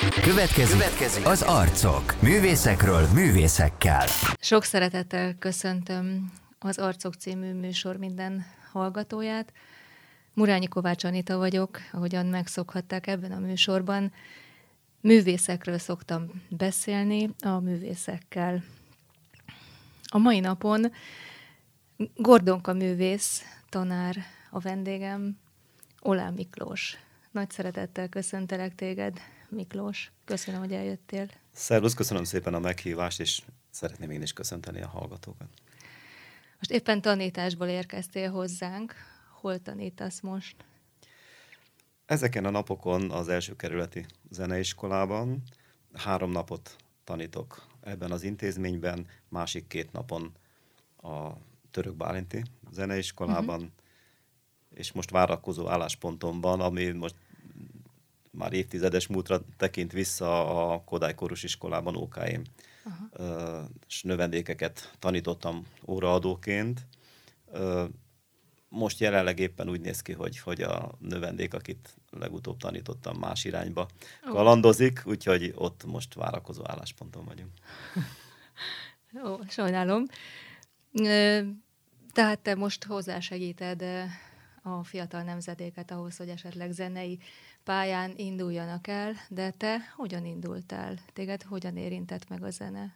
Következik az Arcok. Művészekről művészekkel. Sok szeretettel köszöntöm az Arcok című műsor minden hallgatóját. Murányi Kovács Anita vagyok, ahogyan megszokhatták ebben a műsorban. Művészekről szoktam beszélni, a művészekkel. A mai napon Gordonka művész, tanár a vendégem, Oláh Miklós. Nagy szeretettel köszöntelek téged, Miklós. Köszönöm, hogy eljöttél. Szervusz, köszönöm szépen a meghívást, és szeretném én is köszönteni a hallgatókat. Most éppen tanításból érkeztél hozzánk. Hol tanítasz most? Ezeken a napokon az első kerületi zeneiskolában 3 napot tanítok ebben az intézményben, másik 2 napon a Török Bálinti zeneiskolában, és most várakozó álláspontomban, ami most már évtizedes múltra tekint vissza, a Kodály Kórusiskolában OKM és növendékeket tanítottam óraadóként. Most jelenleg éppen úgy néz ki, hogy a növendék, akit legutóbb tanítottam, más irányba kalandozik, úgyhogy ott most várakozó állásponton vagyunk. Ó, sajnálom. Tehát te most hozzásegíted a fiatal nemzedéket ahhoz, hogy esetleg zenei pályán induljanak el, de te hogyan indultál? Téged hogyan érintett meg a zene?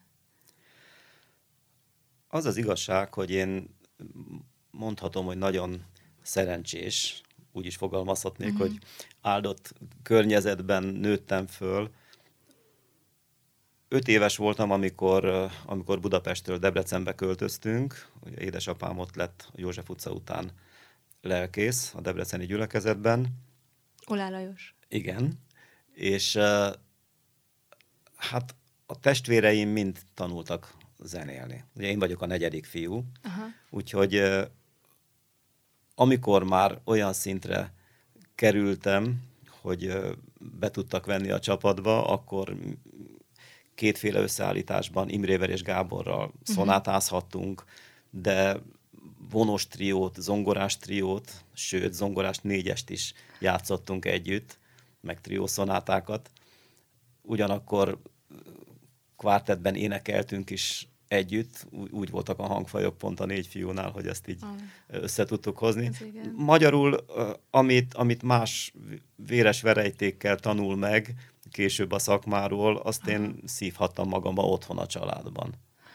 Az az igazság, hogy én mondhatom, hogy nagyon szerencsés, úgy is fogalmazhatnék, hogy áldott környezetben nőttem föl. 5 éves voltam, amikor Budapestről Debrecenbe költöztünk. Ugye édesapám ott lett a József utca után lelkész a debreceni gyülekezetben. Oláh Lajos. Igen. És hát a testvéreim mind tanultak zenélni. Ugye én vagyok a 4. fiú, úgyhogy amikor már olyan szintre kerültem, hogy be tudtak venni a csapatba, akkor 2 összeállításban Imrével és Gáborral szonátázhattunk, de vonós triót, zongorás triót, sőt, zongorás 4-est is játszottunk együtt, meg triószonátákat. Ugyanakkor kvártettben énekeltünk is együtt, úgy voltak a hangfajok pont a 4 fiúnál, hogy ezt így össze tudtuk hozni. Magyarul, amit más véres verejtékkel tanul meg később a szakmáról, azt én szívhattam magamba otthon a családban.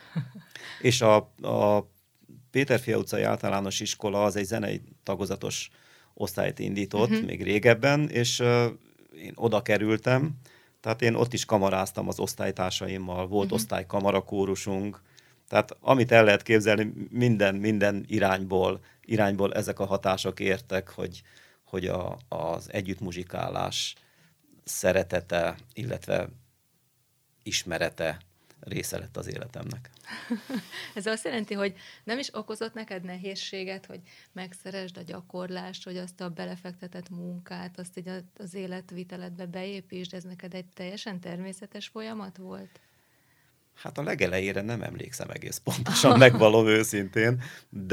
És a Péterfia utcai általános iskola az egy zenei tagozatos osztályt indított még régebben, és én oda kerültem, tehát én ott is kamaráztam az osztálytársaimmal, volt osztálykamara-kórusunk, tehát amit el lehet képzelni, minden irányból ezek a hatások értek, hogy az együttmuzsikálás szeretete, illetve ismerete része lett az életemnek. Ez azt jelenti, hogy nem is okozott neked nehézséget, hogy megszeresd a gyakorlást, hogy azt a belefektetett munkát, azt így az életviteledbe beépítsd, ez neked egy teljesen természetes folyamat volt? Hát a legelejére nem emlékszem egész pontosan, megvalom őszintén,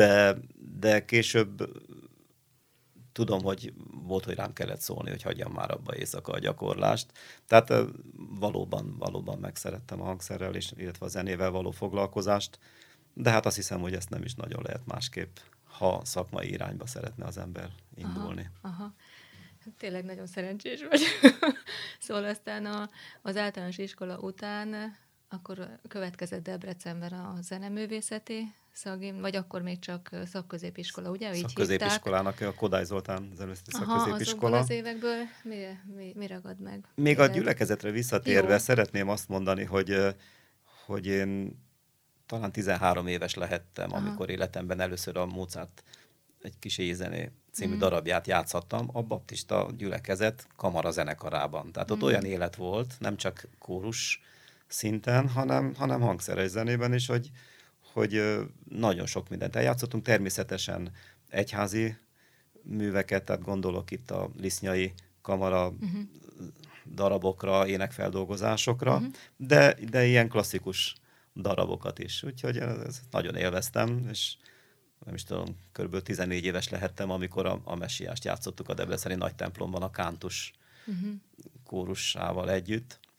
de később tudom, hogy volt, hogy rám kellett szólni, hogy hagyjam már abba éjszaka a gyakorlást. Tehát valóban megszerettem a hangszerrel, illetve a zenével való foglalkozást, de hát azt hiszem, hogy ezt nem is nagyon lehet másképp, ha szakmai irányba szeretne az ember indulni. Tényleg nagyon szerencsés vagy. Szóval aztán az általános iskola után akkor következett Debrecenben a zeneművészeti szakgim, vagy akkor még csak szakközépiskola, ugye? Szakközépiskolának, a Kodály Zoltán zeneművészeti szakközépiskola. Azokból az évekből mi ragad meg? Még a gyülekezetre visszatérve szeretném azt mondani, hogy én talán 13 éves lehettem, amikor életemben először a Mozart egy kis éjzené című darabját játszhattam a baptista gyülekezet kamarazenekarában. Tehát ott olyan élet volt, nem csak kórus szinten, hanem hangszeres zenében is, hogy nagyon sok mindent eljátszottunk. Természetesen egyházi műveket, tehát gondolok itt a lisznyai kamara darabokra, énekfeldolgozásokra, de ilyen klasszikus darabokat is. Úgyhogy ezt nagyon élveztem, és nem is tudom, kb. 14 éves lehettem, amikor a Messiást játszottuk a debreceni nagy templomban a kántus kórussával együtt.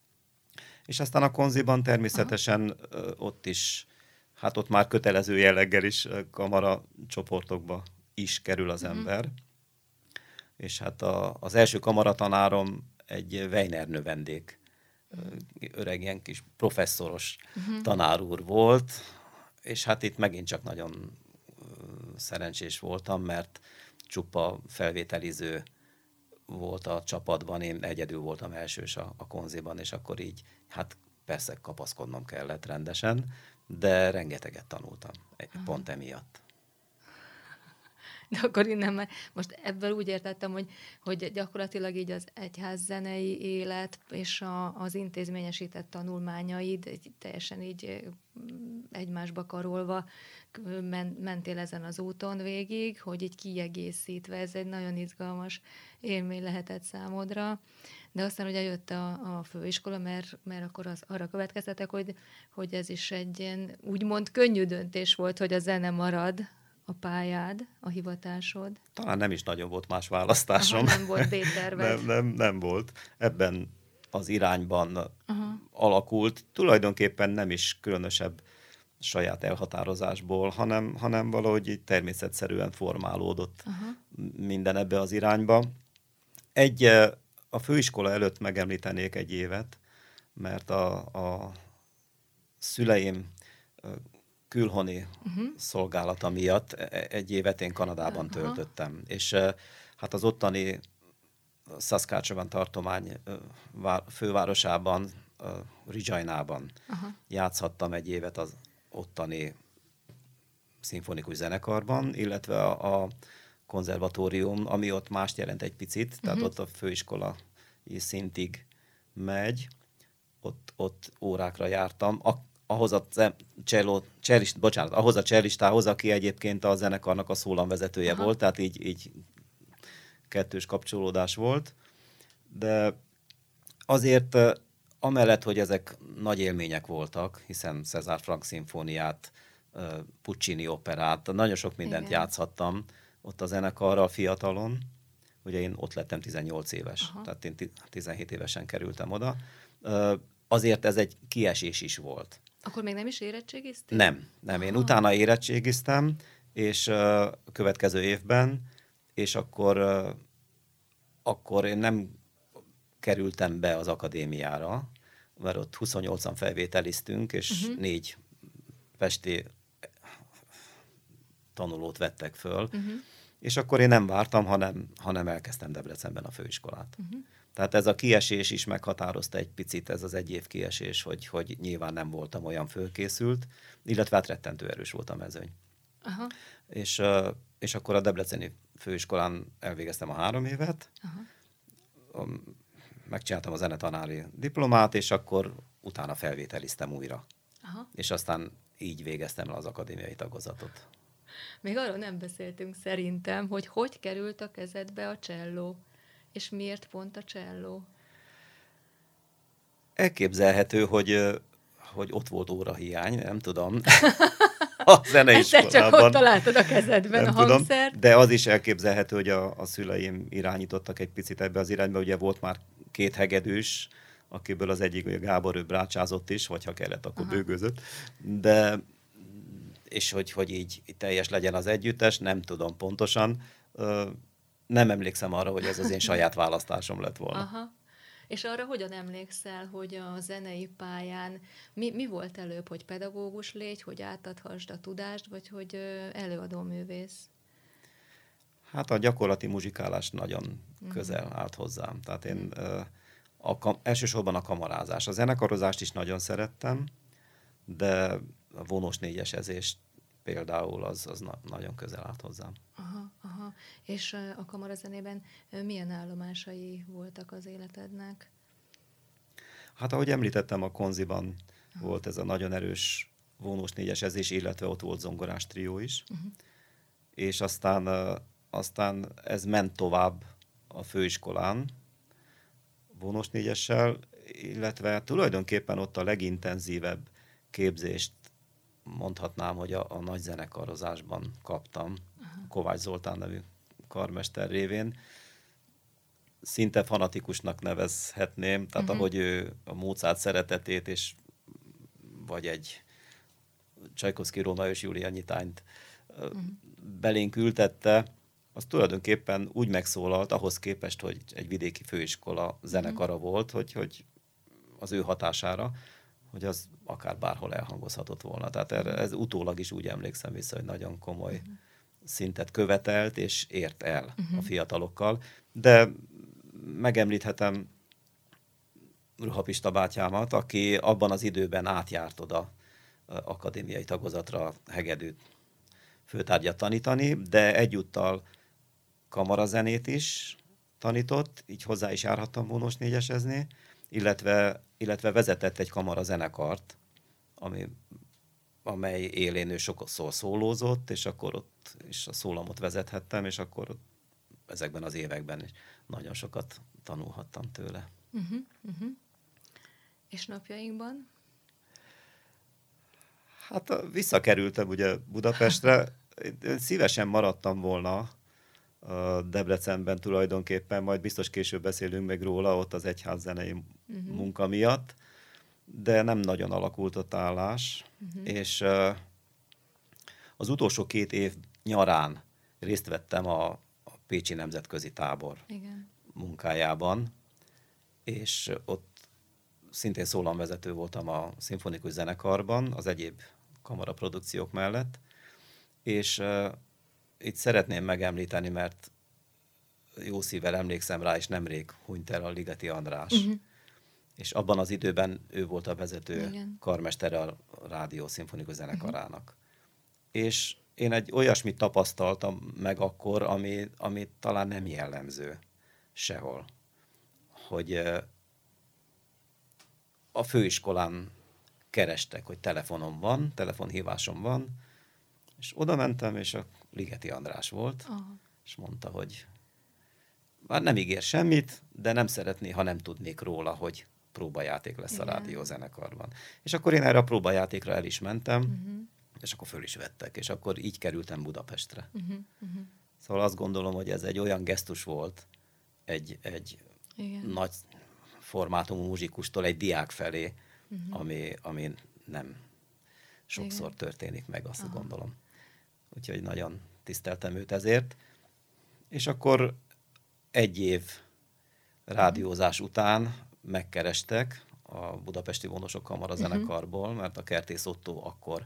És aztán a konziban természetesen ott is, hát ott már kötelező jelleggel is kamara csoportokba is kerül az ember. És hát az első kamaratanárom egy Weiner növendék, öreg ilyen kis professzoros tanár úr volt, és hát itt megint csak nagyon szerencsés voltam, mert csupa felvételiző volt a csapatban, én egyedül voltam elsős a konziban, és akkor így, hát persze kapaszkodnom kellett rendesen, de rengeteget tanultam, pont emiatt. De akkor innen már, most ebből úgy értettem, hogy gyakorlatilag így az egyház zenei élet és az intézményesített tanulmányaid teljesen így egymásba karolva mentél ezen az úton végig, hogy így kiegészítve, ez egy nagyon izgalmas élmény lehetett számodra. De aztán ugye jött a főiskola, mert akkor arra következtetek, hogy ez is egy ilyen úgymond könnyű döntés volt, hogy a zene marad a pályád, a hivatásod. Talán nem is nagyon volt más választásom. Nem volt B-terved. nem volt. Ebben az irányban alakult. Tulajdonképpen nem is különösebb saját elhatározásból, hanem valahogy így természetszerűen formálódott minden ebbe az irányba. A főiskola előtt megemlítenék egy évet, mert a szüleim külhoni szolgálata miatt egy évet én Kanadában töltöttem. És hát az ottani Saskatchewan tartomány fővárosában, Regina-ban játszhattam egy évet az ottani szimfonikus zenekarban, illetve a konzervatórium, ami ott mást jelent egy picit, tehát ott a főiskolai szintig megy, ott órákra jártam. Ahhoz a cellistához, aki egyébként a zenekarnak a szólamvezetője volt, tehát így kettős kapcsolódás volt. De azért amellett, hogy ezek nagy élmények voltak, hiszen César Franck szimfóniát, Puccini operát, nagyon sok mindent játszhattam ott a zenekarral fiatalon. Ugye én ott lettem 18 éves, tehát én 17 évesen kerültem oda. Azért ez egy kiesés is volt. Akkor még nem is érettségiztél? Nem. Én utána érettségiztem, és a következő évben, és akkor én nem kerültem be az akadémiára, mert ott 28-an felvételiztünk, és 4 pesti tanulót vettek föl, és akkor én nem vártam, hanem elkezdtem Debrecenben a főiskolát. Tehát ez a kiesés is meghatározta egy picit, ez az egy év kiesés, hogy nyilván nem voltam olyan fölkészült, illetve hát rettentő erős volt a mezőny. És akkor a debreceni főiskolán elvégeztem a 3 évet, megcsináltam a zenetanári diplomát, és akkor utána felvételiztem újra. És aztán így végeztem el az akadémiai tagozatot. Még arról nem beszéltünk szerintem, hogy került a kezedbe a cselló, és miért pont a cselló? Elképzelhető, hogy ott volt órahiány, nem tudom. A zeneiskolában. Egyszer csak ott találtad a kezedben a hangszert. Tudom, de az is elképzelhető, hogy a szüleim irányítottak egy picit ebbe az irányba. Ugye volt már 2 hegedűs, akiből az egyik, hogy Gábor, ő brácsázott is, vagy ha kellett, akkor bőgőzött. De, és hogy így teljes legyen az együttes, nem tudom pontosan. Nem emlékszem arra, hogy ez az én saját választásom lett volna. És arra hogyan emlékszel, hogy a zenei pályán mi volt előbb, hogy pedagógus légy, hogy átadhassd a tudást, vagy hogy előadóművész? Hát a gyakorlati muzsikálás nagyon közel állt hozzám. Tehát én elsősorban a kamarázás. A zenekarozást is nagyon szerettem, de a vonós négyesezést például az nagyon közel állt hozzám. És a kamarazenében milyen állomásai voltak az életednek? Hát ahogy említettem, a konziban volt ez a nagyon erős vonós négyesezés, illetve ott volt zongorás trió is. És aztán ez ment tovább a főiskolán vonós négyessel, illetve tulajdonképpen ott a legintenzívebb képzést mondhatnám, hogy a nagy zenekarozásban kaptam, Kovács Zoltán nevű karmester révén. szinte fanatikusnak nevezhetném, tehát ahogy ő a Mozart szeretetét, és vagy egy Csajkovszky Rómeó és Júlia nyitányt belénk ültette, az tulajdonképpen úgy megszólalt ahhoz képest, hogy egy vidéki főiskola zenekara volt, hogy az ő hatására, hogy az akár bárhol elhangozhatott volna. Tehát ez utólag is úgy emlékszem vissza, hogy nagyon komoly szintet követelt, és ért el a fiatalokkal. De megemlíthetem Ruha Pista bátyámat, aki abban az időben átjárt oda akadémiai tagozatra hegedűt főtárgyat tanítani, de egyúttal kamarazenét is tanított, így hozzá is járhattam vonós négyesezni, illetve vezetett egy kamarazenekart, amely élén ő sokszor szólózott, és akkor ott is a szólamot vezethettem, és akkor ott ezekben az években is nagyon sokat tanulhattam tőle. És napjainkban? Hát visszakerültem ugye Budapestre, szívesen maradtam volna Debrecenben tulajdonképpen, majd biztos később beszélünk meg róla, ott az egyházzenei munka miatt, de nem nagyon alakult ott állás, és az utolsó 2 év nyarán részt vettem a Pécsi Nemzetközi Tábor munkájában, és ott szintén szólamvezető voltam a szimfonikus zenekarban, az egyéb kamaraprodukciók mellett, és itt szeretném megemlíteni, mert jó szívvel emlékszem rá, és nemrég hunyt el a Ligeti András. És abban az időben ő volt a vezető karmestere a Rádió Szimfonikus Zenekarának. És én egy olyasmit tapasztaltam meg akkor, ami talán nem jellemző sehol. Hogy a főiskolán kerestek, hogy telefonhívásom van, és oda mentem, és a Ligeti András volt, és mondta, hogy már nem ígér semmit, de nem szeretné, ha nem tudnék róla, hogy próbajáték lesz a rádiózenekarban. És akkor én erre a próbajátékra el is mentem, és akkor föl is vettek, és akkor így kerültem Budapestre. Szóval azt gondolom, hogy ez egy olyan gesztus volt egy nagy formátumú muzsikustól egy diák felé, ami nem sokszor történik meg, azt gondolom. Úgyhogy nagyon tiszteltem őt ezért. És akkor 1 év rádiózás után megkerestek a Budapesti Vonosok Kamara zenekarból, mert a Kertész Ottó akkor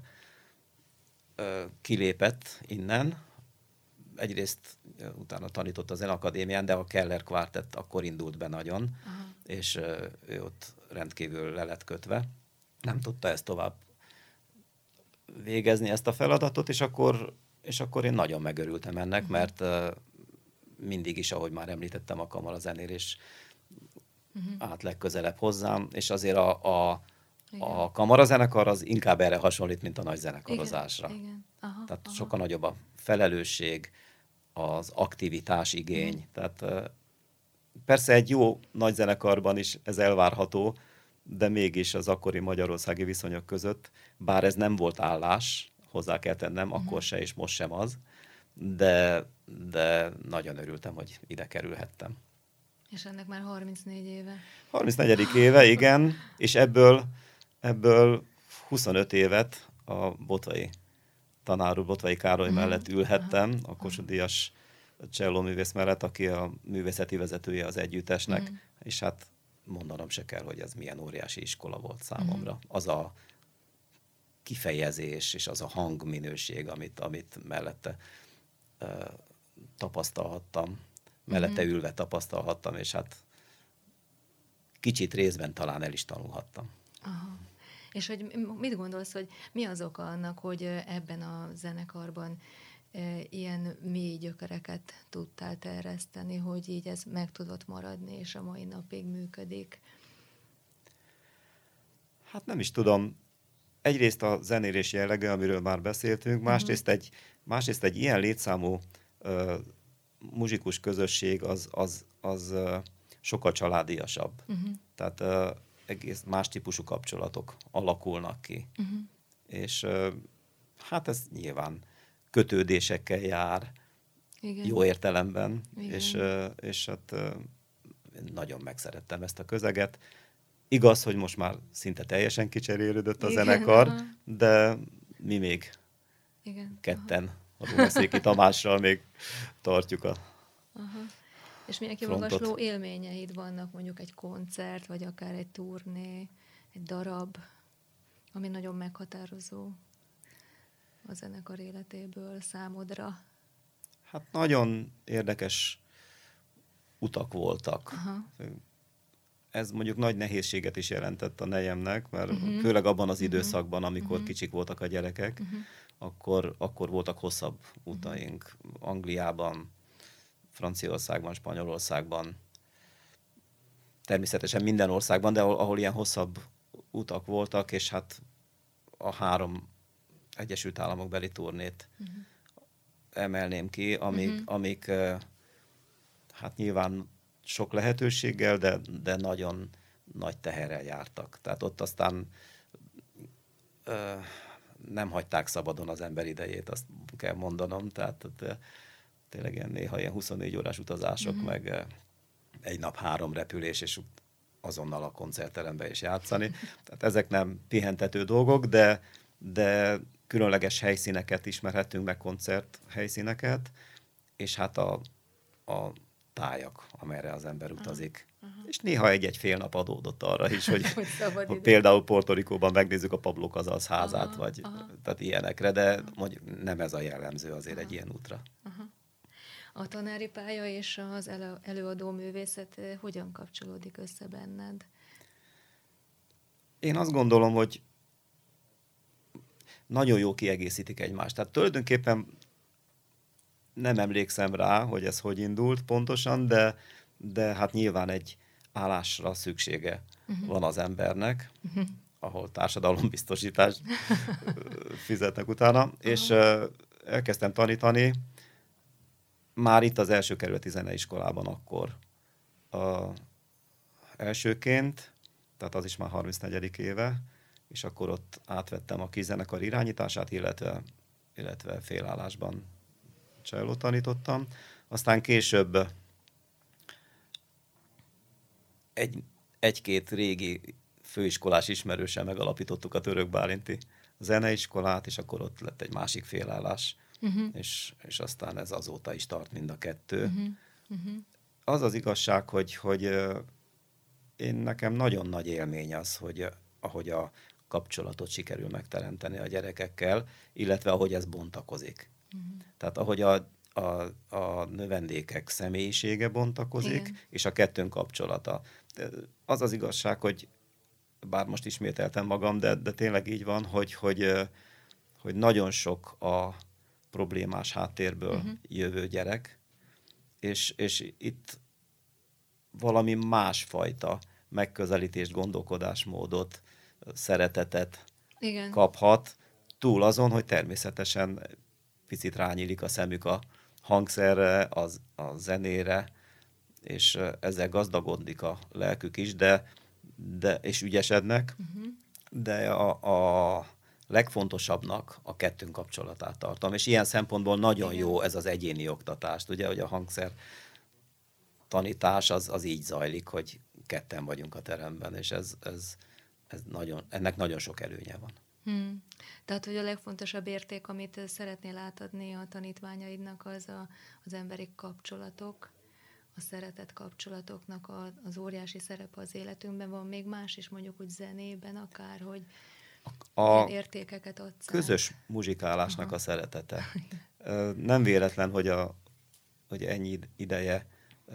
kilépett innen. Egyrészt utána tanított a Zenakadémián, de a Keller Quartet akkor indult be nagyon, és ő ott rendkívül le lett kötve. Nem tudta ezt tovább végezni, ezt a feladatot, és akkor én nagyon megörültem ennek, mert mindig is, ahogy már említettem, a kamarazenélés át legközelebb hozzám, és azért a kamarazenekar az inkább erre hasonlít, mint a nagy zenekarozásra. Tehát sokkal nagyobb a felelősség, az aktivitás igény. Tehát persze egy jó nagy zenekarban is ez elvárható, de mégis az akkori magyarországi viszonyok között, bár ez nem volt állás, hozzá kell tennem, akkor se és most sem az, de nagyon örültem, hogy ide kerülhettem. És ennek már 34 éve. 34. éve, igen, és ebből 25 évet a Botvai tanár úr, Botvai Károly mellett ülhettem, a Kossuth-díjas csellóművész mellett, aki a művészeti vezetője az együttesnek, és hát mondanom se kell, hogy ez milyen óriási iskola volt számomra. Az a kifejezés és az a hangminőség, amit mellette tapasztalhattam, mellette ülve tapasztalhattam, és hát kicsit részben talán el is tanulhattam. Aha. És hogy mit gondolsz, hogy mi az oka annak, hogy ebben a zenekarban ilyen mély gyökereket tudtál terjeszteni, hogy így ez meg tudott maradni, és a mai napig működik? Hát nem is tudom. Egyrészt a zenélés jellege, amiről már beszéltünk, másrészt egy ilyen létszámú muzsikus közösség az sokkal családiasabb. Tehát egész más típusú kapcsolatok alakulnak ki. És hát ez nyilván kötődésekkel jár, jó értelemben, és hát nagyon megszerettem ezt a közeget. Igaz, hogy most már szinte teljesen kicserélődött a zenekar, de mi még ketten, a Rómaszéki Tamással még tartjuk a És milyen kimagasló élményeid vannak, mondjuk egy koncert, vagy akár egy turné, egy darab, ami nagyon meghatározó a zenekar életéből számodra? Hát nagyon érdekes utak voltak. Ez mondjuk nagy nehézséget is jelentett a nejemnek, mert főleg abban az időszakban, amikor kicsik voltak a gyerekek, akkor voltak hosszabb utaink. Angliában, Franciaországban, Spanyolországban, természetesen minden országban, de ahol ilyen hosszabb utak voltak, és hát a 3 Egyesült Államok beli turnét emelném ki, amik hát nyilván sok lehetőséggel, de nagyon nagy teherrel jártak. Tehát ott aztán nem hagyták szabadon az ember idejét, azt kell mondanom. Tehát tényleg néha ilyen 24 órás utazások, meg egy nap 3 repülés, és azonnal a koncertterembe is játszani. Tehát ezek nem pihentető dolgok, de különleges helyszíneket ismerhettünk meg, koncert helyszíneket, és hát a tájak, amerre az ember utazik. És néha egy fél nap adódott arra is, hogy például Puerto Ricóban megnézzük a Pablo Casals házát, vagy tehát ilyenekre, de mondjuk nem ez a jellemző azért egy ilyen útra. A tanári pálya és az előadó művészet hogyan kapcsolódik össze benned? Én azt gondolom, hogy nagyon jó kiegészítik egymást. Tehát tulajdonképpen nem emlékszem rá, hogy ez hogy indult pontosan, de hát nyilván egy állásra szüksége van az embernek, ahol társadalombiztosítást fizetnek utána, és elkezdtem tanítani, már itt az első kerületi zeneiskolában akkor elsőként, tehát az is már 34. éve, és akkor ott átvettem a kiszenekar irányítását, illetve félállásban csellót tanítottam. Aztán később egy-két régi főiskolás ismerősen megalapítottuk a Török Bálinti zeneiskolát, és akkor ott lett egy másik félállás, és aztán ez azóta is tart mind a kettő. Az az igazság, hogy én nekem nagyon nagy élmény az, hogy ahogy a kapcsolatot sikerül megteremteni a gyerekekkel, illetve ahogy ez bontakozik. Tehát ahogy a növendékek személyisége bontakozik, és a kettőnk kapcsolata. Az az igazság, hogy bár most ismételtem magam, de tényleg így van, hogy nagyon sok a problémás háttérből jövő gyerek, és itt valami másfajta megközelítést, gondolkodásmódot, szeretetet kaphat, túl azon, hogy természetesen picit rányílik a szemük a hangszerre, a zenére, és ezzel gazdagodik a lelkük is, és ügyesednek, de a legfontosabbnak a kettőnk kapcsolatát tartom. És ilyen szempontból nagyon jó ez az egyéni oktatás. Ugye, hogy a hangszer tanítás az így zajlik, hogy ketten vagyunk a teremben, és ennek nagyon sok előnye van. Tehát, hogy a legfontosabb érték, amit szeretnél átadni a tanítványaidnak, az emberi kapcsolatok, a szeretett kapcsolatoknak az óriási szerepe az életünkben. Van még más is, mondjuk úgy zenében akár, hogy ilyen értékeket adsz. Közös muzsikálásnak a szeretete. Nem véletlen, hogy ennyi ideje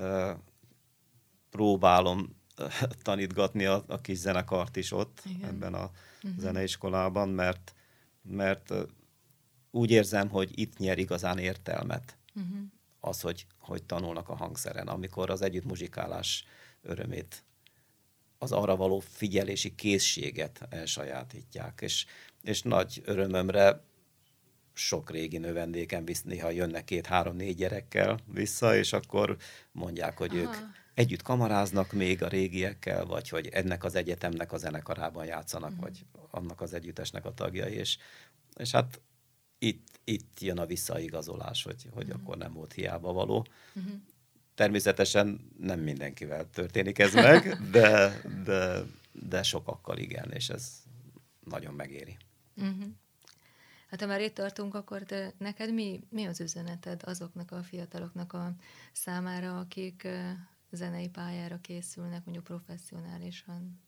próbálom tanítgatni a kis zenekart is ott, ebben a zeneiskolában, mert úgy érzem, hogy itt nyer igazán értelmet az, hogy tanulnak a hangszeren, amikor az együttmuzsikálás örömét, az arra való figyelési készséget elsajátítják, és nagy örömömre sok régi növendékem néha jönnek 2-3-4 gyerekkel vissza, és akkor mondják, hogy ők együtt kamaráznak még a régiekkel, vagy hogy ennek az egyetemnek a zenekarában játszanak, vagy annak az együttesnek a tagjai, és hát itt jön a visszaigazolás, hogy akkor nem volt hiába való. természetesen nem mindenkivel történik ez meg, de sokakkal igen, és ez nagyon megéri. Uh-huh. Hát ha már itt tartunk, akkor neked mi az üzeneted azoknak a fiataloknak a számára, akik zenei pályára készülnek, mondjuk professzionálisan?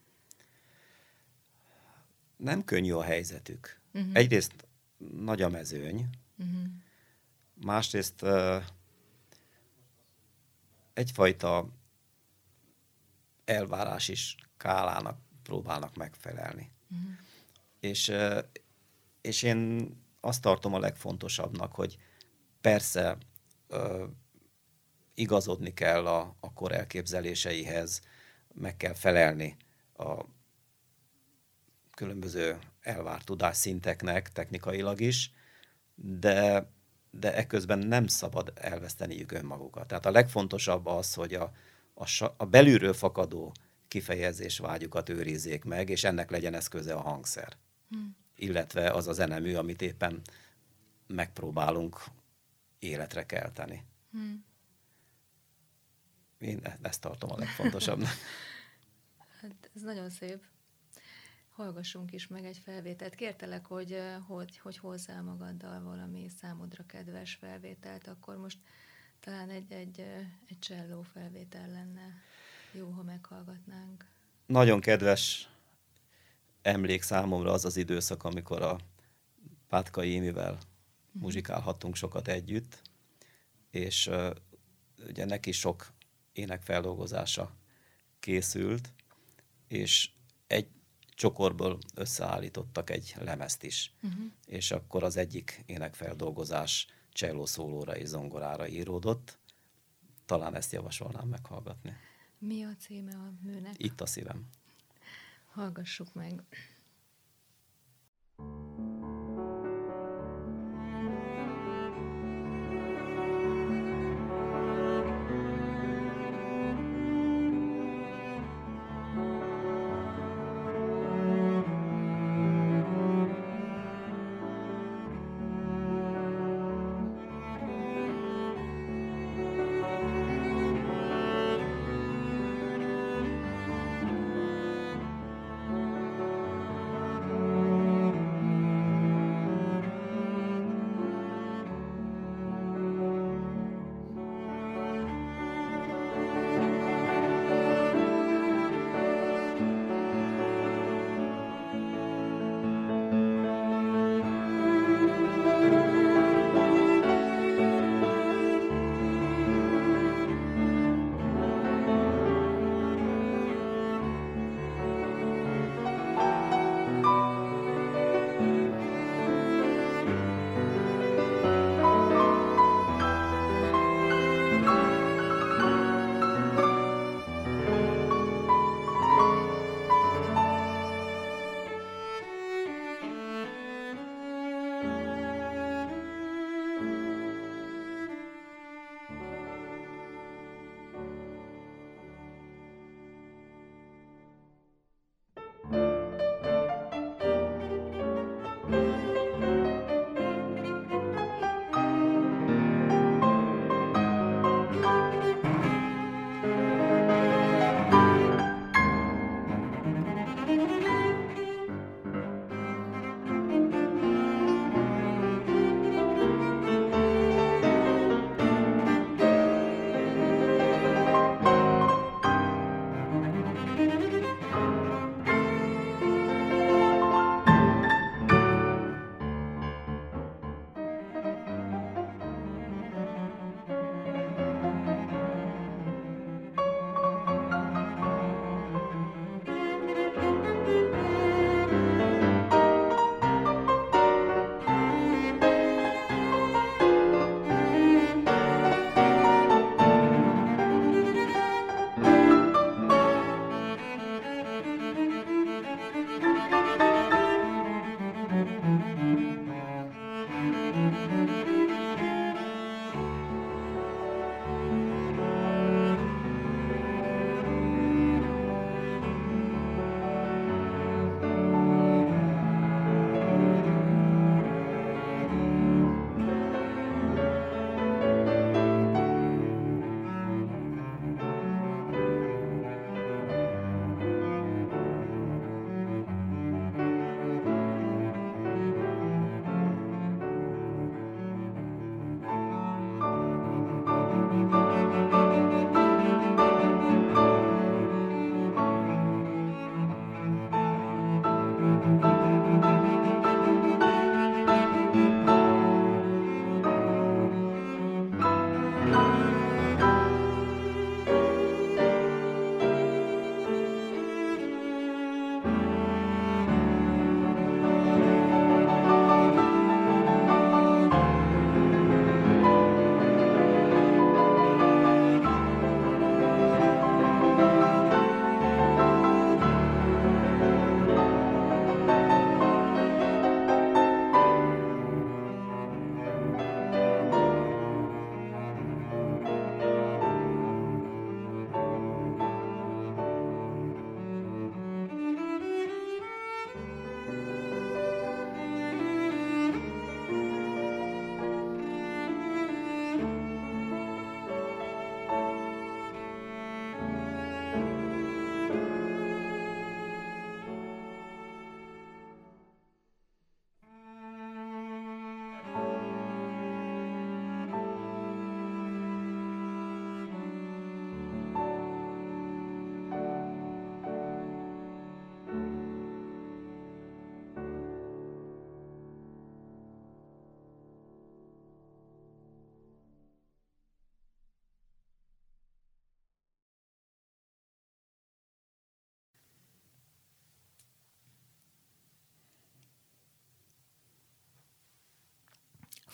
Nem könnyű a helyzetük. Uh-huh. Egyrészt nagy a mezőny, másrészt egyfajta elvárási skálának próbálnak megfelelni. És én azt tartom a legfontosabbnak, hogy persze igazodni kell a kor elképzeléseihez, meg kell felelni a különböző elvárt tudásszinteknek technikailag is, de eközben nem szabad elveszteniük önmagukat. Tehát a legfontosabb az, hogy a belülről fakadó kifejezés vágyukat őrizzék meg, és ennek legyen eszköze a hangszer. Illetve az a zenemű, amit éppen megpróbálunk életre kelteni. Én ezt tartom a legfontosabbnak. Hát ez nagyon szép. Hallgassunk is meg egy felvételt. Kértelek, hogy hozzál magaddal valami számodra kedves felvételt, akkor most talán egy cselló felvétel lenne jó, ha meghallgatnánk. Nagyon kedves emlék számomra az az időszak, amikor a Pátkai Émivel muzsikálhattunk sokat együtt, és ugye neki sok énekfeldolgozása készült, és egy csokorból összeállítottak egy lemezt is. És akkor az egyik énekfeldolgozás cselló szólóra és zongorára íródott. Talán ezt javasolnám meghallgatni. Mi a címe a műnek? Itt a szívem. Hallgassuk meg.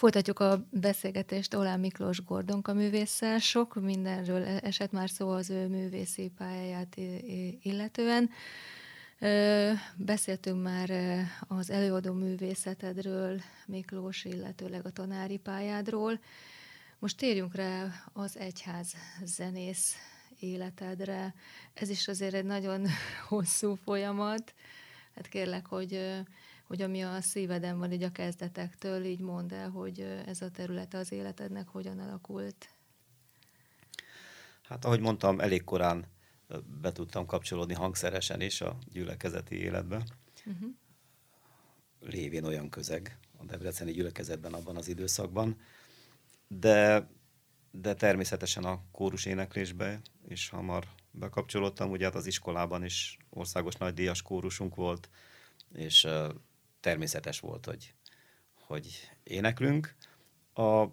Folytatjuk a beszélgetést Oláh Miklós Gordonka művésszel. Sok mindenről esett már szó az ő művészi pályáját illetően. Beszéltünk már az előadó művészetedről, Miklós, illetőleg a tanári pályádról. Most térjünk rá az egyház zenész életedre. Ez is azért egy nagyon hosszú folyamat. Hát kérlek, hogy ami a szíveden van így a kezdetektől, így mondd el, hogy ez a területe az életednek hogyan alakult. Hát ahogy mondtam, elég korán be tudtam kapcsolódni hangszeresen is a gyülekezeti életbe. Lévén olyan közeg a debreceni gyülekezetben abban az időszakban, de természetesen a kórus éneklésbe is hamar bekapcsolódtam. Ugye hát az iskolában is országos nagydíjas kórusunk volt, és természetes volt, hogy éneklünk. A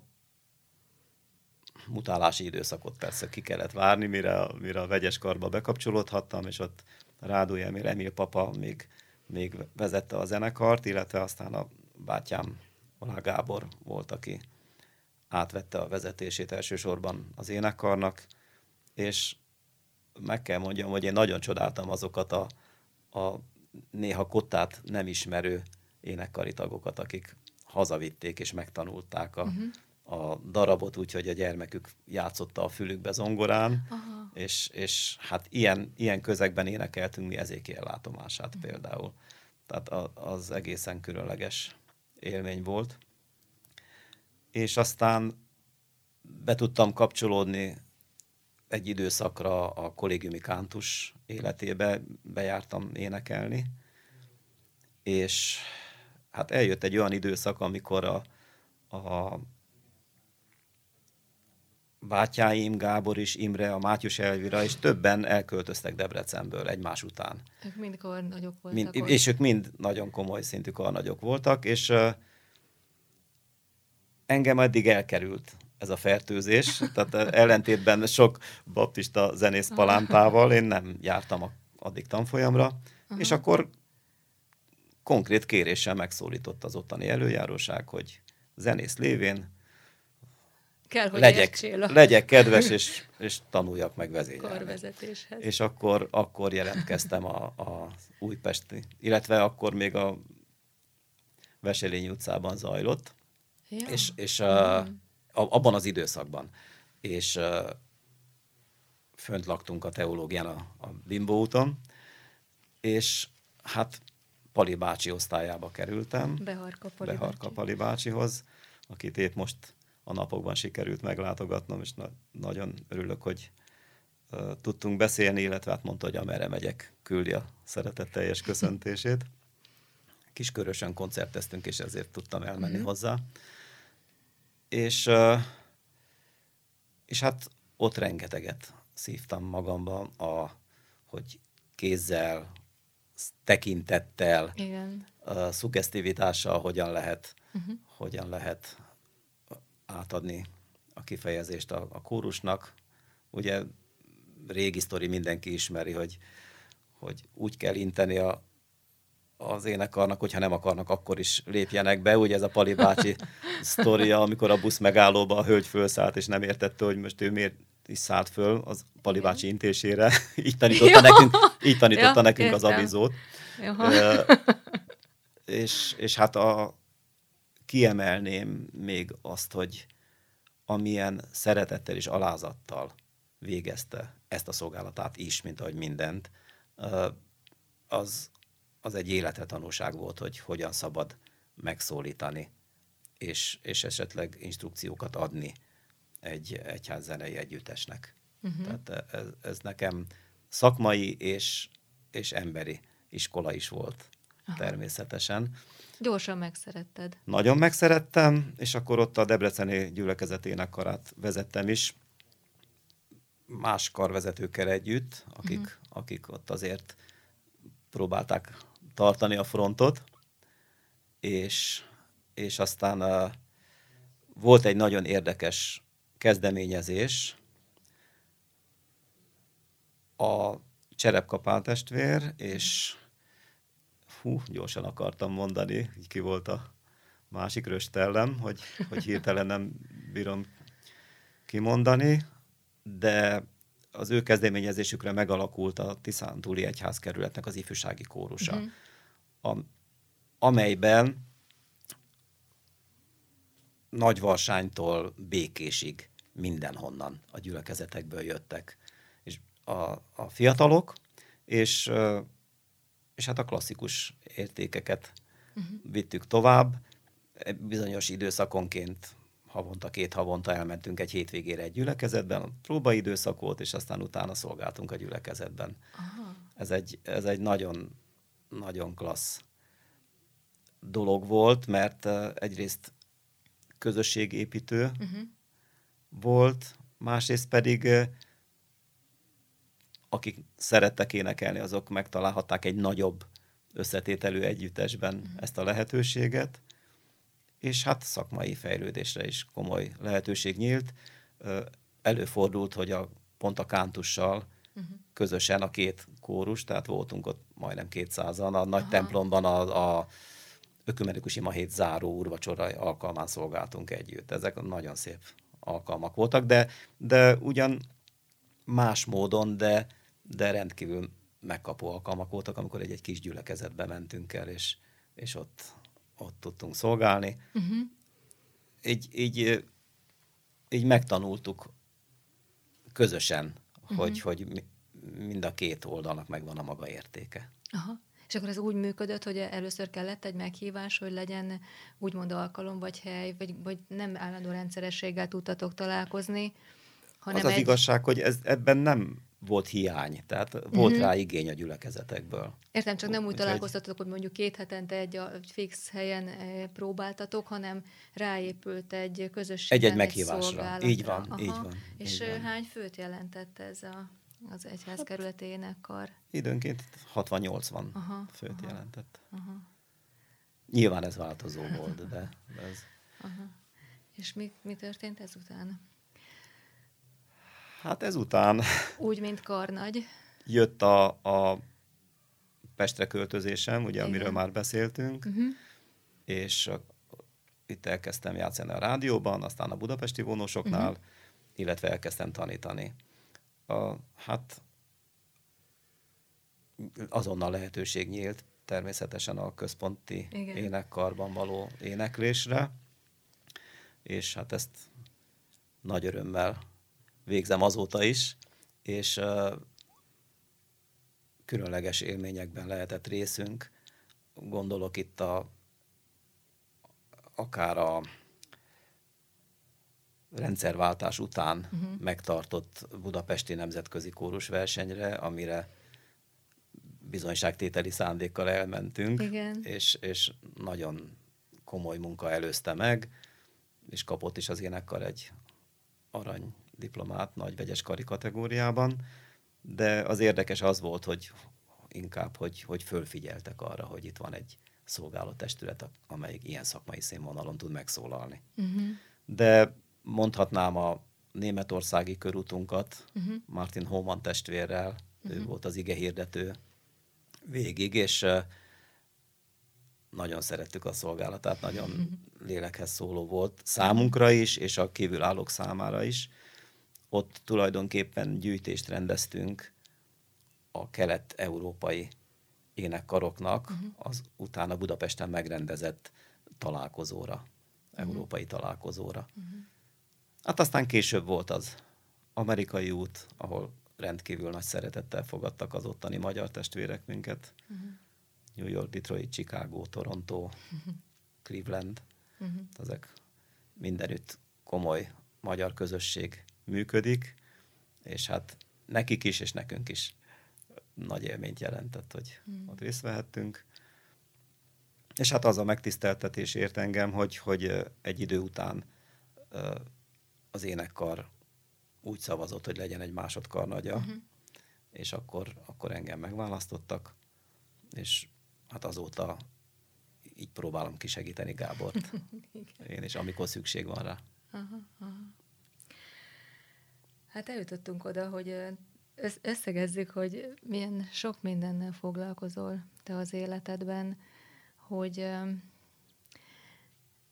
mutálási időszakot persze ki kellett várni, mire a vegyes karba bekapcsolódhattam, és ott Rádói Emil papa még vezette a zenekart, illetve aztán a bátyám Oláh Gábor volt, aki átvette a vezetését elsősorban az énekkarnak, és meg kell mondjam, hogy én nagyon csodáltam azokat a néha kottát nem ismerő énekkari tagokat, akik hazavitték és megtanulták a darabot úgy, hogy a gyermekük játszotta a fülükbe zongorán, és hát ilyen közegben énekeltünk mi Ezékiel látomását például. Tehát az egészen különleges élmény volt. És aztán be tudtam kapcsolódni egy időszakra a kollégiumi kántus életébe, bejártam énekelni, és hát eljött egy olyan időszak, amikor a bátyáim, Gábor is, Imre, a Mátyus Elvira, és többen elköltöztek Debrecenből egymás után. Ők mind karnagyok voltak. És ők mind nagyon komoly szintű karnagyok voltak, és engem eddig elkerült ez a fertőzés, tehát ellentétben sok baptista zenész palántával én nem jártam addig tanfolyamra, és akkor konkrét kéréssel megszólított az ottani előjáróság, hogy zenész lévén kell, hogy legyek kedves, és tanuljak meg vezényelni. Karvezetéshez. És akkor jelentkeztem a újpesti, illetve akkor még a Veselényi utcában zajlott, Ja. és abban az időszakban. És fönt laktunk a teológián a Bimbó úton, és hát Pali bácsi osztályába kerültem. Beharka Pali bácsihoz, akit épp most a napokban sikerült meglátogatnom, és nagyon örülök, hogy tudtunk beszélni, illetve hát mondta, hogy amerre megyek, küldi a szeretetteljes köszöntését. Kiskörösen koncerteztünk, és ezért tudtam elmenni hozzá. És hát ott rengeteget szívtam magamba, hogy kézzel, tekintettel, szuggesztivitással hogyan lehet átadni a kifejezést a kórusnak. Ugye régi sztori, mindenki ismeri, hogy úgy kell inteni az énekarnak, hogyha nem akarnak, akkor is lépjenek be. Ugye ez a Pali bácsi sztoria, amikor a busz megállóba a hölgy fölszállt, és nem értette, hogy most ő miért is szállt föl az Pali bácsi intésére. Így tanította nekünk az avizót. És hát kiemelném még azt, hogy amilyen szeretettel és alázattal végezte ezt a szolgálatát is, mint ahogy mindent, az egy életre tanulság volt, hogy hogyan szabad megszólítani, és esetleg instrukciókat adni egy egyházzenei együttesnek. Tehát ez nekem szakmai és emberi iskola is volt. Természetesen. Gyorsan megszeretted. Nagyon megszerettem, és akkor ott a debreceni gyülekezet énekkarát vezettem is, más karvezetőkkel együtt, akik ott azért próbálták tartani a frontot, és aztán volt egy nagyon érdekes kezdeményezés, a Cserepka Pál testvér, és gyorsan akartam mondani, ki volt másik röstellem, hogy hirtelen nem bírom kimondani, de az ő kezdeményezésükre megalakult a Tiszántúli Egyházkerületnek az ifjúsági kórusa, amelyben Nagyvarsánytól Békésig mindenhonnan a gyülekezetekből jöttek. És a fiatalok, és hát a klasszikus értékeket vittük tovább. Bizonyos időszakonként két havonta elmentünk egy hétvégére egy gyülekezetben, a próbaidőszak volt, és aztán utána szolgáltunk a gyülekezetben. Aha. Ez egy nagyon, nagyon klassz dolog volt, mert egyrészt közösségépítő volt, másrészt pedig akik szerettek énekelni, azok megtalálhatták egy nagyobb összetételű együttesben ezt a lehetőséget, és hát szakmai fejlődésre is komoly lehetőség nyílt. Előfordult, hogy pont a kántussal közösen a két kórus, tehát voltunk ott majdnem 200-an, a nagy templomban a ökumenikus imahét záró úrvacsora alkalmán szolgáltunk együtt. Ezek nagyon szép alkalmak voltak, de ugyan más módon, de rendkívül megkapó alkalmak voltak, amikor egy kis gyülekezetbe mentünk el, és ott tudtunk szolgálni. Így megtanultuk közösen, hogy mind a két oldalnak megvan a maga értéke. Aha. És akkor ez úgy működött, hogy először kellett egy meghívás, hogy legyen úgymond alkalom, vagy hely, vagy nem állandó rendszerességgel tudtatok találkozni, hanem az igazság, hogy ebben nem volt hiány, tehát volt rá igény a gyülekezetekből. Értem, csak nem úgy találkoztatok, hogy mondjuk 2 hetente egy fix helyen próbáltatok, hanem ráépült egy közösségben, egy meghívásra. Szolgálatra. Így van. És így van. hány főt jelentett ez az egyházkerületi énekkar? Időnként 60-80 főt jelentett. Nyilván ez változó volt, de ez... És mi történt ezután? Hát ezután... Úgy, mint karnagy. Jött a Pestre költözésem, ugye, amiről már beszéltünk, és itt elkezdtem játszani a rádióban, aztán a budapesti vonósoknál, illetve elkezdtem tanítani. Hát azonnal lehetőség nyílt természetesen a központi énekkarban való éneklésre, és hát ezt nagy örömmel végzem azóta is, és különleges élményekben lehetett részünk. Gondolok itt akár a rendszerváltás után megtartott budapesti nemzetközi kórusversenyre, amire bizonyságtételi szándékkal elmentünk, és nagyon komoly munka előzte meg, és kapott is az énekkar egy arany diplomát nagy vegyes kari kategóriában, de az érdekes az volt, hogy fölfigyeltek arra, hogy itt van egy szolgálattestület, amelyik ilyen szakmai színvonalon tud megszólalni. De mondhatnám a németországi körutunkat Martin Hohmann testvérrel, ő volt az igehirdető végig, és nagyon szerettük a szolgálatát, nagyon lélekhez szóló volt számunkra is, és a kívülállók számára is. Ott tulajdonképpen gyűjtést rendeztünk a kelet-európai énekkaroknak az utána Budapesten megrendezett találkozóra, európai találkozóra. Hát aztán később volt az amerikai út, ahol rendkívül nagy szeretettel fogadtak az ottani magyar testvérek minket. New York, Detroit, Chicago, Toronto, Cleveland. Ezek mindenütt komoly magyar közösség működik, és hát nekik is, és nekünk is nagy élményt jelentett, hogy ott részt vehettünk. És hát az a megtiszteltetés ért engem, hogy egy idő után az énekkar úgy szavazott, hogy legyen egy másodkarnagya, és akkor engem megválasztottak, és hát azóta így próbálom kisegíteni Gábort. Én is, amikor szükség van rá. Hát eljutottunk oda, hogy összegezzük, hogy milyen sok mindennel foglalkozol te az életedben, hogy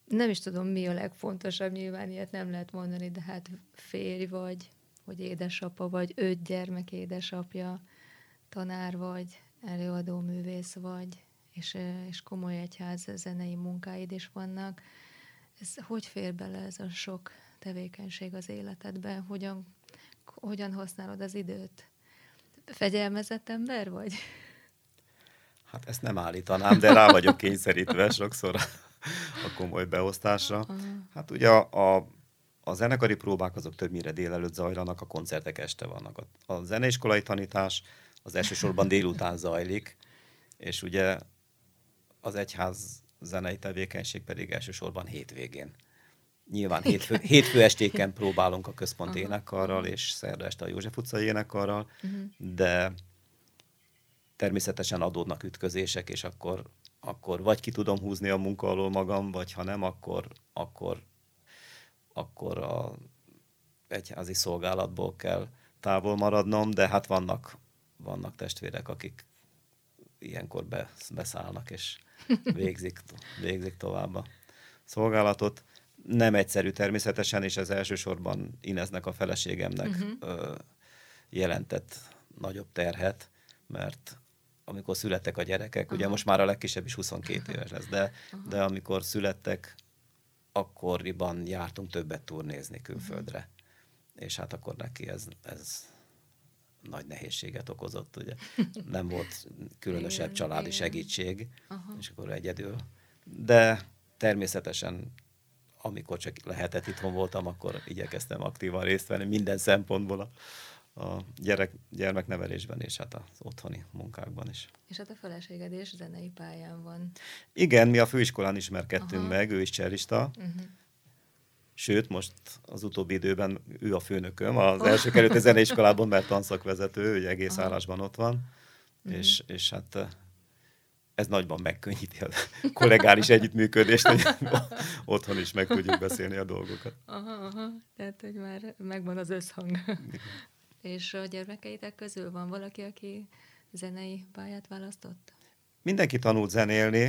nem is tudom, mi a legfontosabb, nyilván ilyet nem lehet mondani, de hát férj vagy édesapa, vagy 5 gyermek édesapja, tanár vagy, előadó művész vagy, és komoly egyház zenei munkáid is vannak. Ez hogy fér bele ez a sok tevékenység az életedbe? Hogyan használod az időt? Fegyelmezett ember vagy? Hát ezt nem állítanám, de rá vagyok kényszerítve sokszor a komoly beosztásra. Hát ugye a zenekari próbák azok többnyire délelőtt zajlanak, a koncertek este vannak. A zeneiskolai tanítás az elsősorban délután zajlik, és ugye az egyház zenei tevékenység pedig elsősorban hétvégén. Nyilván hétfő estéken próbálunk a központi énekkarral, és szerda este a József utcai énekkarral, de természetesen adódnak ütközések, és akkor vagy ki tudom húzni a munka alól magam, vagy ha nem, akkor a egyházi szolgálatból kell távol maradnom, de hát vannak testvérek, akik ilyenkor beszállnak, és végzik tovább a szolgálatot. Nem egyszerű természetesen, és ez elsősorban Ineznek, a feleségemnek jelentett nagyobb terhet, mert amikor születtek a gyerekek, ugye most már a legkisebb is 22 éves lesz, de amikor születtek, akkoriban jártunk többet turnézni külföldre. És hát akkor neki ez nagy nehézséget okozott, ugye. Nem volt különösebb családi segítség, és akkor egyedül. De természetesen, amikor csak lehetett, itthon voltam, akkor igyekeztem aktívan részt venni minden szempontból a gyermeknevelésben, és hát az otthoni munkákban is. És hát a feleséged is zenei pályán van. Igen, mi a főiskolán ismerkedtünk meg, ő is cellista. Sőt, most az utóbbi időben ő a főnököm az első kerületi zeneiskolában, mert tanszakvezető, ugye egész állásban ott van, és hát ez nagyban megkönnyíti a kollégális együttműködést, hogy otthon is meg tudjuk beszélni a dolgokat. Tehát, hogy már megvan az összhang. És a gyermekeitek közül van valaki, aki zenei pályát választott? Mindenki tanult zenélni.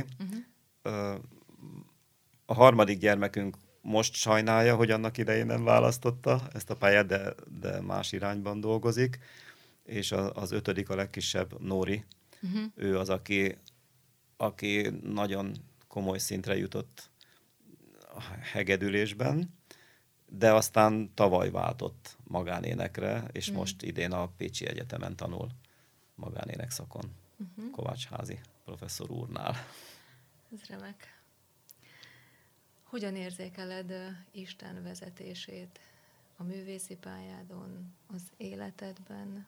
A harmadik gyermekünk most sajnálja, hogy annak idején nem választotta ezt a pályát, de más irányban dolgozik. És az 5., a legkisebb, Nóri, ő az, aki nagyon komoly szintre jutott a hegedülésben, de aztán tavaly váltott magánénekre, és most idén a Pécsi Egyetemen tanul magánének szakon, Kovács Házi professzor úrnál. Ez remek. Hogyan érzékeled Isten vezetését a művészi pályádon, az életedben?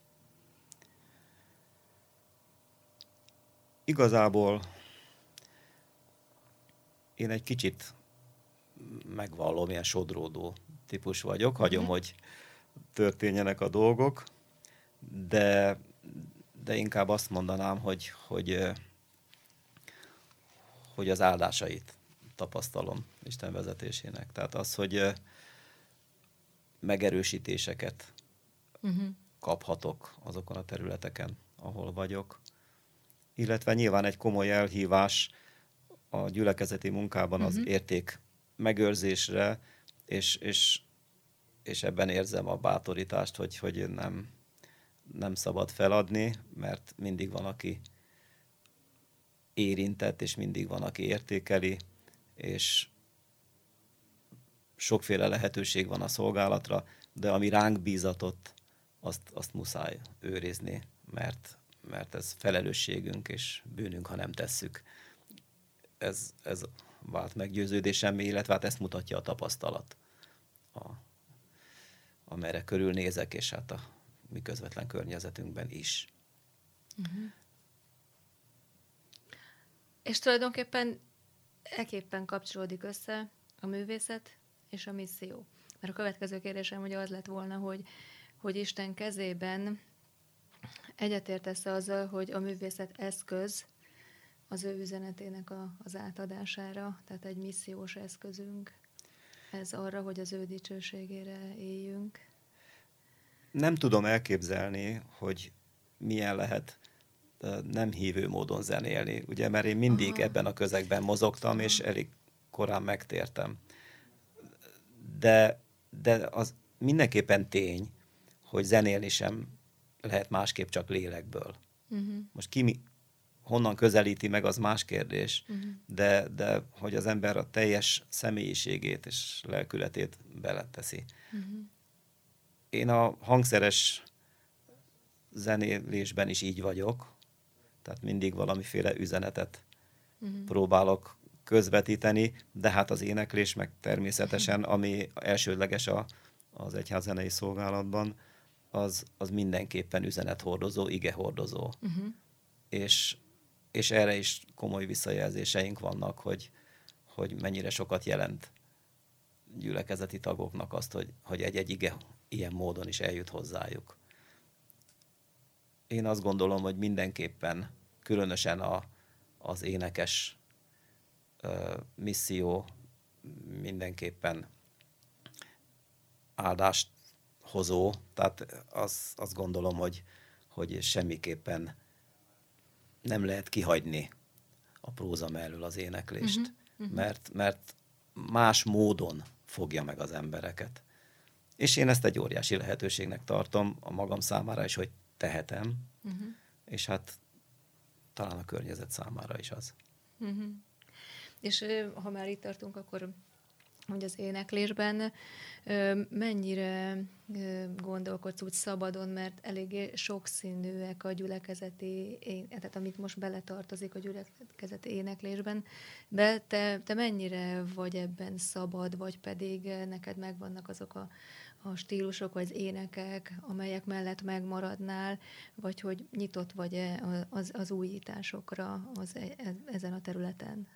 Igazából én egy kicsit megvallom, ilyen sodródó típus vagyok, hagyom, hogy történjenek a dolgok, de inkább azt mondanám, hogy az áldásait tapasztalom Isten vezetésének. Tehát az, hogy megerősítéseket kaphatok azokon a területeken, ahol vagyok. Illetve nyilván egy komoly elhívás a gyülekezeti munkában az érték megőrzésre, és ebben érzem a bátorítást, hogy nem szabad feladni, mert mindig van, aki érintett, és mindig van, aki értékeli, és sokféle lehetőség van a szolgálatra, de ami ránk bízatott, azt muszáj őrizni, mert ez felelősségünk és bűnünk, ha nem tesszük. Ez vált meggyőződésem, illetve hát ezt mutatja a tapasztalat, amelyre körülnézek, és hát a mi közvetlen környezetünkben is. És tulajdonképpen ekképpen kapcsolódik össze a művészet és a misszió. Mert a következő kérdésem ugye az lett volna, hogy Isten kezében egyetértesz azzal, hogy a művészet eszköz az ő üzenetének az átadására, tehát egy missziós eszközünk ez arra, hogy az ő dicsőségére éljünk? Nem tudom elképzelni, hogy milyen lehet nem hívő módon zenélni, ugye, mert én mindig ebben a közegben mozogtam, és elég korán megtértem. De az mindenképpen tény, hogy zenélni sem lehet másképp csak lélekből. Most honnan közelíti meg, az más kérdés, de hogy az ember a teljes személyiségét és lelkületét beleteszi. Én a hangszeres zenélésben is így vagyok, tehát mindig valamiféle üzenetet próbálok közvetíteni, de hát az éneklés meg természetesen, ami elsődleges az egyházzenei szolgálatban, az mindenképpen üzenethordozó, igehordozó. És erre is komoly visszajelzéseink vannak, hogy mennyire sokat jelent gyülekezeti tagoknak azt, hogy egy ige ilyen módon is eljut hozzájuk. Én azt gondolom, hogy mindenképpen, különösen az énekes misszió mindenképpen áldást hozó, tehát azt gondolom, hogy semmiképpen nem lehet kihagyni a próza mellől az éneklést, mert más módon fogja meg az embereket. És én ezt egy óriási lehetőségnek tartom a magam számára is, hogy tehetem, és hát talán a környezet számára is az. És ha már itt tartunk, akkor hogy az éneklésben mennyire gondolkodsz úgy szabadon, mert eléggé sokszínűek a gyülekezeti, tehát amit most beletartozik a gyülekezeti éneklésben, de te mennyire vagy ebben szabad, vagy pedig neked megvannak azok a stílusok, vagy az énekek, amelyek mellett megmaradnál, vagy hogy nyitott vagy az újításokra ezen a területen?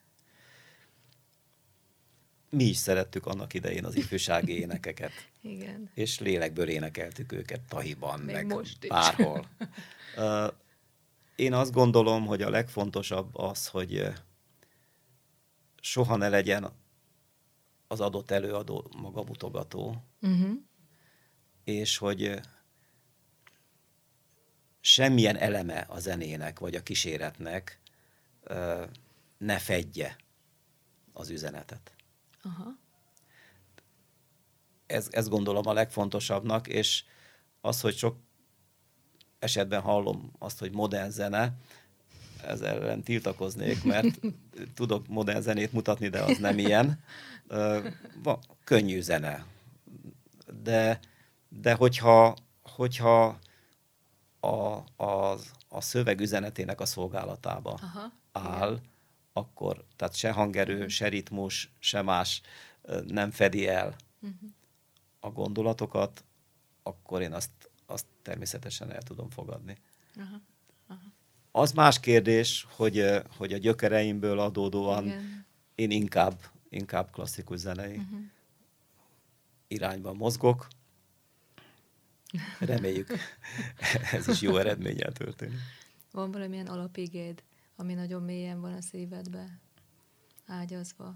Mi is szerettük annak idején az ifjúsági énekeket. Igen. És lélekből énekeltük őket Tahiban, még meg most is. Bárhol. Én azt gondolom, hogy a legfontosabb az, hogy soha ne legyen az adott előadó magamutogató, és hogy semmilyen eleme a zenének, vagy a kíséretnek ne fedje az üzenetet. Aha. Ezt gondolom a legfontosabbnak, és az, hogy sok esetben hallom azt, hogy modern zene, ezzel ellen tiltakoznék, mert tudok modern zenét mutatni, de az nem ilyen. Könnyű zene. De hogyha a szöveg üzenetének a szolgálatába áll, igen, akkor tehát se hangerő, se ritmus, se más nem fedi el a gondolatokat, akkor én azt természetesen el tudom fogadni. Az más kérdés, hogy a gyökereimből adódóan igen, én inkább klasszikus zenei irányban mozgok. Reméljük, ez is jó eredménnyel történik. Van valamilyen alapigéd, ami nagyon mélyen van a szívedbe ágyazva?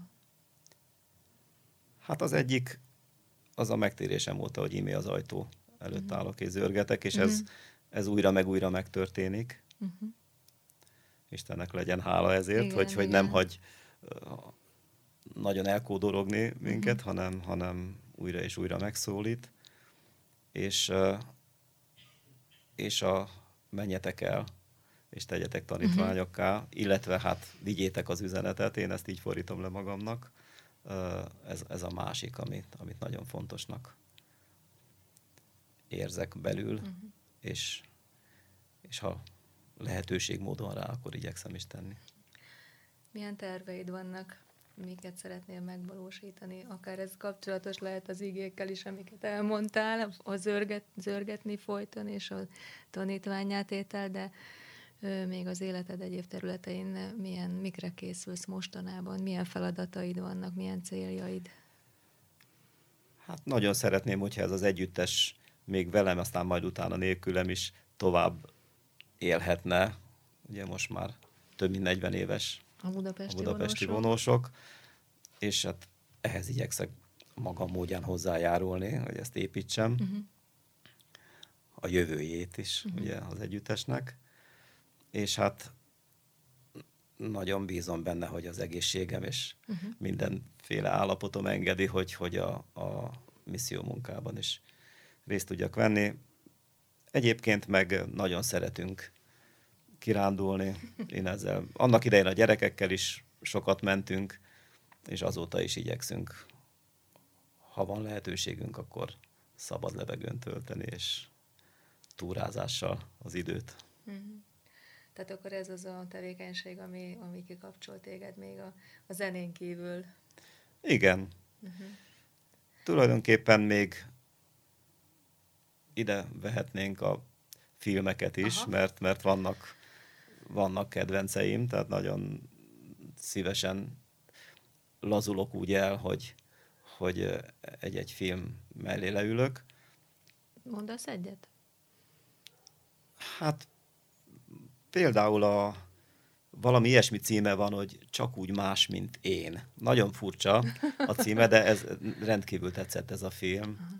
Hát az egyik, az a megtérésem óta, hogy íme az ajtó előtt állok és zörgetek, és ez újra meg újra megtörténik. Istennek legyen hála ezért, igen, hogy nem hagy nagyon elkódologni minket, hanem újra és újra megszólít. És menjetek el, és tegyetek tanítványokká, illetve hát vigyétek az üzenetet, én ezt így fordítom le magamnak. Ez a másik, amit nagyon fontosnak érzek belül, és ha lehetőség módon rá, akkor igyekszem is tenni. Milyen terveid vannak, miket szeretnél megvalósítani? Akár ez kapcsolatos lehet az igékkel is, amiket elmondtál, a zörgetni folyton, és a tanítványátétel, de még az életed egyéb területein mikre készülsz mostanában? Milyen feladataid vannak, milyen céljaid? Hát nagyon szeretném, hogyha ez az együttes még velem, aztán majd utána nélkülem is tovább élhetne. Ugye most már több mint 40 éves a budapesti vonósok, és hát ehhez igyekszek magam módján hozzájárulni, hogy ezt építsem. A jövőjét is ugye az együttesnek. És hát nagyon bízom benne, hogy az egészségem és mindenféle állapotom engedi, hogy a misszió munkában is részt tudjak venni. Egyébként meg nagyon szeretünk kirándulni. Én ezzel annak idején a gyerekekkel is sokat mentünk, és azóta is igyekszünk, ha van lehetőségünk, akkor szabad levegőn tölteni, és túrázással az időt. Tehát akkor ez az a tevékenység, ami kikapcsol téged még a zenén kívül. Igen. Tulajdonképpen még ide vehetnénk a filmeket is, mert vannak kedvenceim, tehát nagyon szívesen lazulok úgy el, hogy egy film mellé leülök. Mondasz egyet? Hát például valami ilyesmi címe van, hogy Csak úgy más, mint én. Nagyon furcsa a címe, de ez rendkívül tetszett ez a film.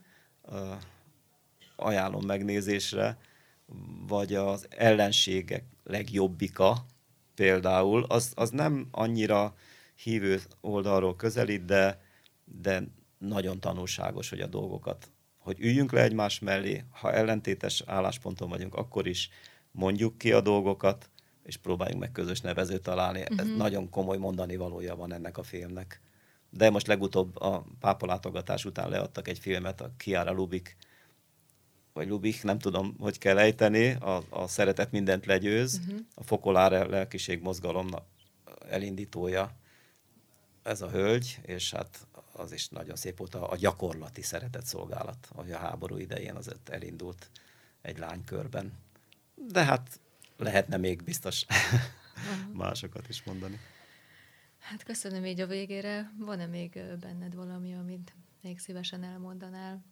Ajánlom megnézésre. Vagy az Ellenségek legjobbika például. Az nem annyira hívő oldalról közelít, de nagyon tanulságos, hogy a dolgokat, hogy üljünk le egymás mellé, ha ellentétes állásponton vagyunk, akkor is mondjuk ki a dolgokat, és próbáljunk meg közös nevezőt találni. Ez nagyon komoly mondani valója van ennek a filmnek. De most legutóbb a pápalátogatás után leadtak egy filmet, a Chiara Lubich, vagy Lubich, nem tudom, hogy kell ejteni, a Szeretet mindent legyőz, a Focolare lelkiség mozgalomnak elindítója ez a hölgy, és hát az is nagyon szép volt a gyakorlati szeretetszolgálat, ahogy a háború idején az elindult egy lánykörben. De hát lehetne még biztos másokat is mondani. Hát köszönöm így a végére. Van-e még benned valami, amit még szívesen elmondanál?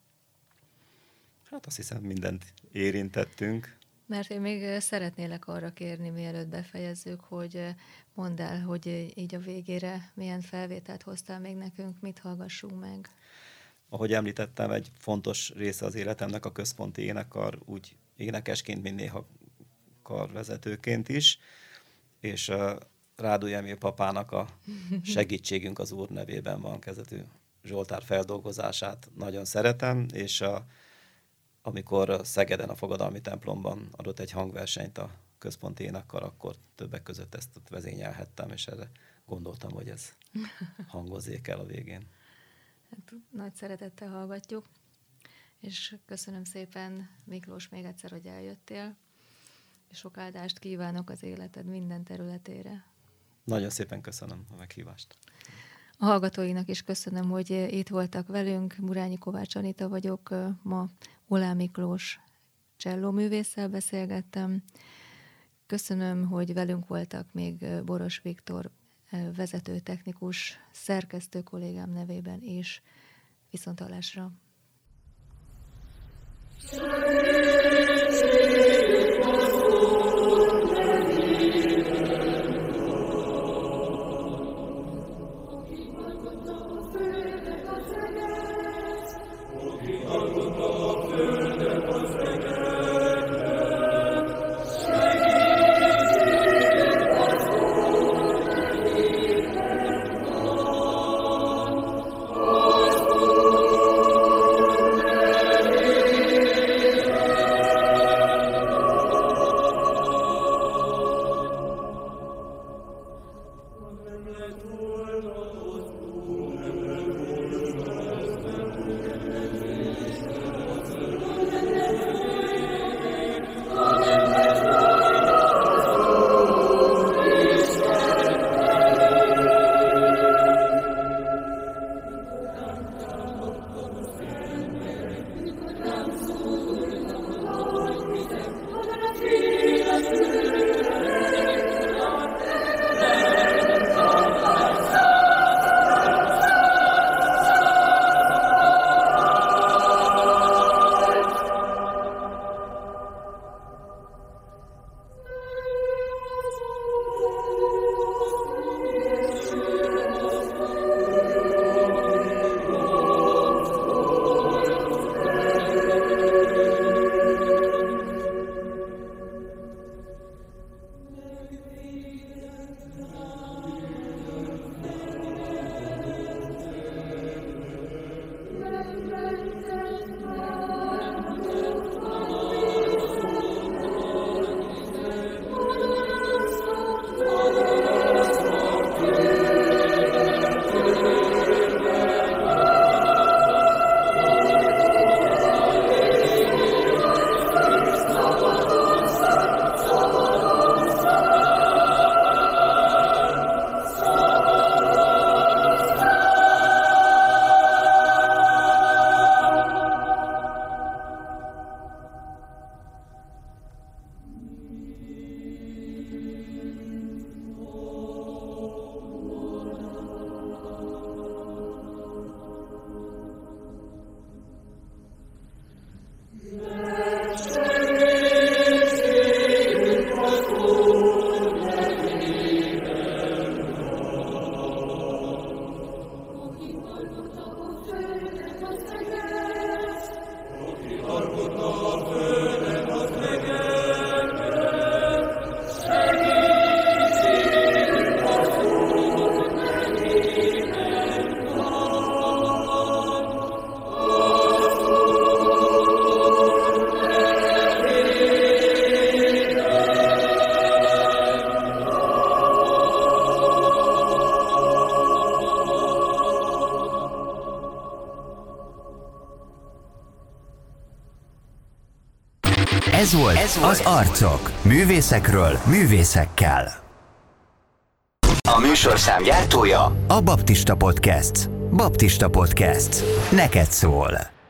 Hát azt hiszem, mindent érintettünk. Mert én még szeretnélek arra kérni, mielőtt befejezzük, hogy mondd el, hogy így a végére milyen felvételt hoztál még nekünk, mit hallgassunk meg. Ahogy említettem, egy fontos része az életemnek a központi énekkar, úgy énekesként, mint néha karvezetőként is, és Rádói Emil papának a Segítségünk az Úr nevében van kezdetű Zsoltár feldolgozását nagyon szeretem, és amikor Szegeden a Fogadalmi templomban adott egy hangversenyt a központi énekkar, akkor többek között ezt vezényelhettem, és erre gondoltam, hogy ez hangozzék el a végén. Hát, nagy szeretettel hallgatjuk, és köszönöm szépen, Miklós, még egyszer, hogy eljöttél, és sok áldást kívánok az életed minden területére. Nagyon szépen köszönöm a meghívást. A hallgatóinak is köszönöm, hogy itt voltak velünk. Murányi Kovács Anita vagyok, ma Oláh Miklós csellóművésszel beszélgettem. Köszönöm, hogy velünk voltak még Boros Viktor vezető technikus, szerkesztő kollégám nevében is. Viszonthallásra! Ez volt az Arcok. Művészekről, művészekkel. A műsorszám gyártója a Baptista Podcast. Baptista Podcast. Neked szól.